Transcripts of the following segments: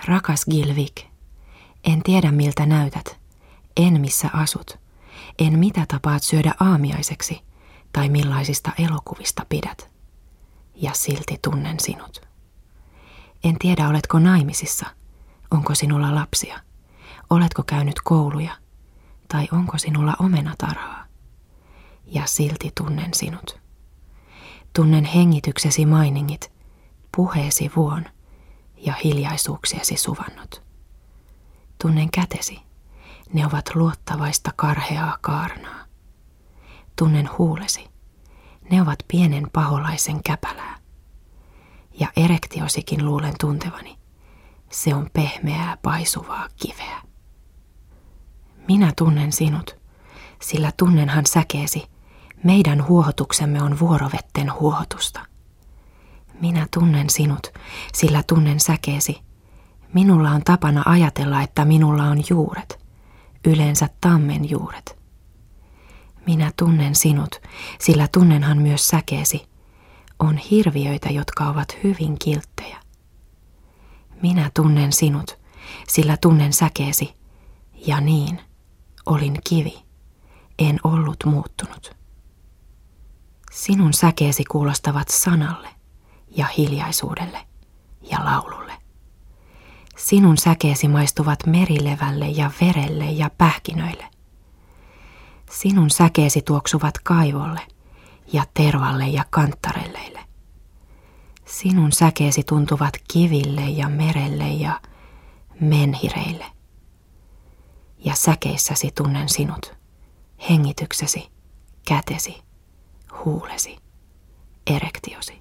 Rakas Gilvik, en tiedä miltä näytät, en missä asut, en mitä tapaat syödä aamiaiseksi tai millaisista elokuvista pidät. Ja silti tunnen sinut. En tiedä oletko naimisissa, onko sinulla lapsia, oletko käynyt kouluja tai onko sinulla omenatarhaa. Ja silti tunnen sinut. Tunnen hengityksesi mainingit, puheesi vuon ja hiljaisuuksiesi suvannot. Tunnen kätesi, ne ovat luottavaista karheaa kaarnaa. Tunnen huulesi, ne ovat pienen paholaisen käpälää. Ja erektiosikin luulen tuntevani, se on pehmeää paisuvaa kiveä. Minä tunnen sinut, sillä tunnenhan säkeesi, meidän huohotuksemme on vuorovetten huohotusta. Minä tunnen sinut, sillä tunnen säkeesi. Minulla on tapana ajatella, että minulla on juuret, yleensä tammen juuret. Minä tunnen sinut, sillä tunnenhan myös säkeesi. On hirviöitä, jotka ovat hyvin kilttejä. Minä tunnen sinut, sillä tunnen säkeesi. Ja niin, olin kivi, en ollut muuttunut. Sinun säkeesi kuulostavat sanalle ja hiljaisuudelle ja laululle. Sinun säkeesi maistuvat merilevälle ja verelle ja pähkinöille. Sinun säkeesi tuoksuvat kaivolle ja tervalle ja kantarelleille. Sinun säkeesi tuntuvat kiville ja merelle ja menhireille. Ja säkeissäsi tunnen sinut, hengityksesi, kätesi, huulesi, erektiosi.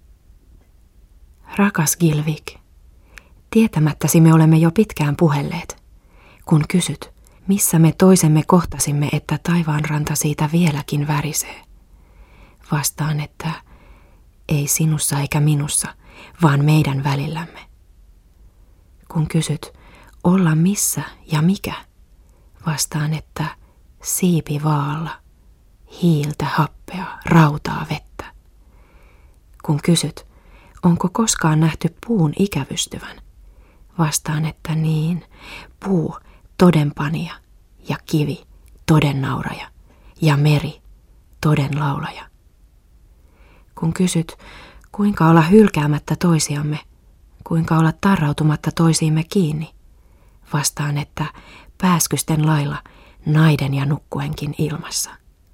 Rakas Gilvik, tietämättäsi me olemme jo pitkään puhelleet. Kun kysyt, missä me toisemme kohtasimme, että taivaanranta siitä vieläkin värisee. Vastaan, että ei sinussa eikä minussa, vaan meidän välillämme. Kun kysyt, olla missä ja mikä, vastaan, että siipi vaalla, hiiltä, happea, rautaa, vettä. Kun kysyt, onko koskaan nähty puun ikävystyvän, vastaan, että niin, puu, todenpanija, ja kivi, todennauraja, ja meri, toden laulaja. Kun kysyt, kuinka olla hylkäämättä toisiamme, kuinka olla tarrautumatta toisiimme kiinni, vastaan, että pääskysten lailla naiden ja nukkuenkin ilmassa.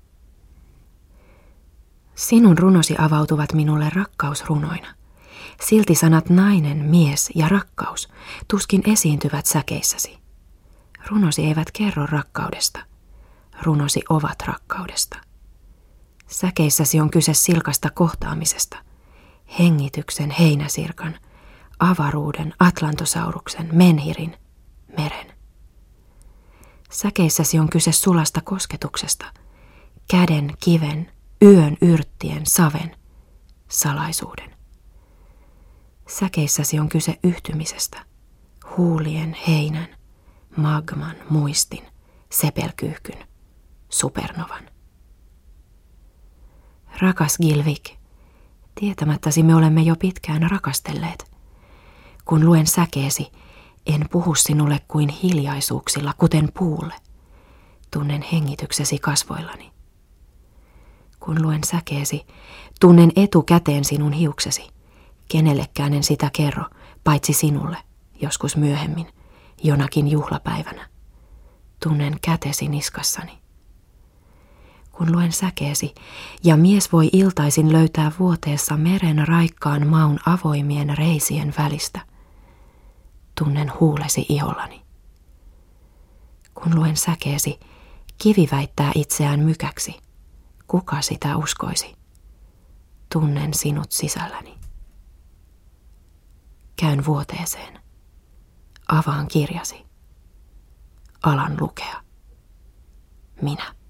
Sinun runosi avautuvat minulle rakkausrunoina. Silti sanat nainen, mies ja rakkaus tuskin esiintyvät säkeissäsi. Runosi eivät kerro rakkaudesta. Runosi ovat rakkaudesta. Säkeissäsi on kyse silkasta kohtaamisesta, hengityksen heinäsirkan, avaruuden, atlantosauruksen, menhirin, meren. Säkeissäsi on kyse sulasta kosketuksesta, käden, kiven, yön, yrttien, saven, salaisuuden. Säkeissäsi on kyse yhtymisestä, huulien, heinän, magman, muistin, sepelkyyhkyn, supernovan. Rakas Gilvik, tietämättäsi me olemme jo pitkään rakastelleet. Kun luen säkeesi, en puhu sinulle kuin hiljaisuuksilla, kuten puulle. Tunnen hengityksesi kasvoillani. Kun luen säkeesi, tunnen etukäteen sinun hiuksesi. Kenellekään en sitä kerro, paitsi sinulle, joskus myöhemmin, jonakin juhlapäivänä. Tunnen kätesi niskassani. Kun luen säkeesi, ja mies voi iltaisin löytää vuoteessa meren raikkaan maun avoimien reisien välistä. Tunnen huulesi ihollani. Kun luen säkeesi, kivi väittää itseään mykäksi. Kuka sitä uskoisi? Tunnen sinut sisälläni. Käyn vuoteeseen. Avaan kirjasi. Alan lukea. Minä.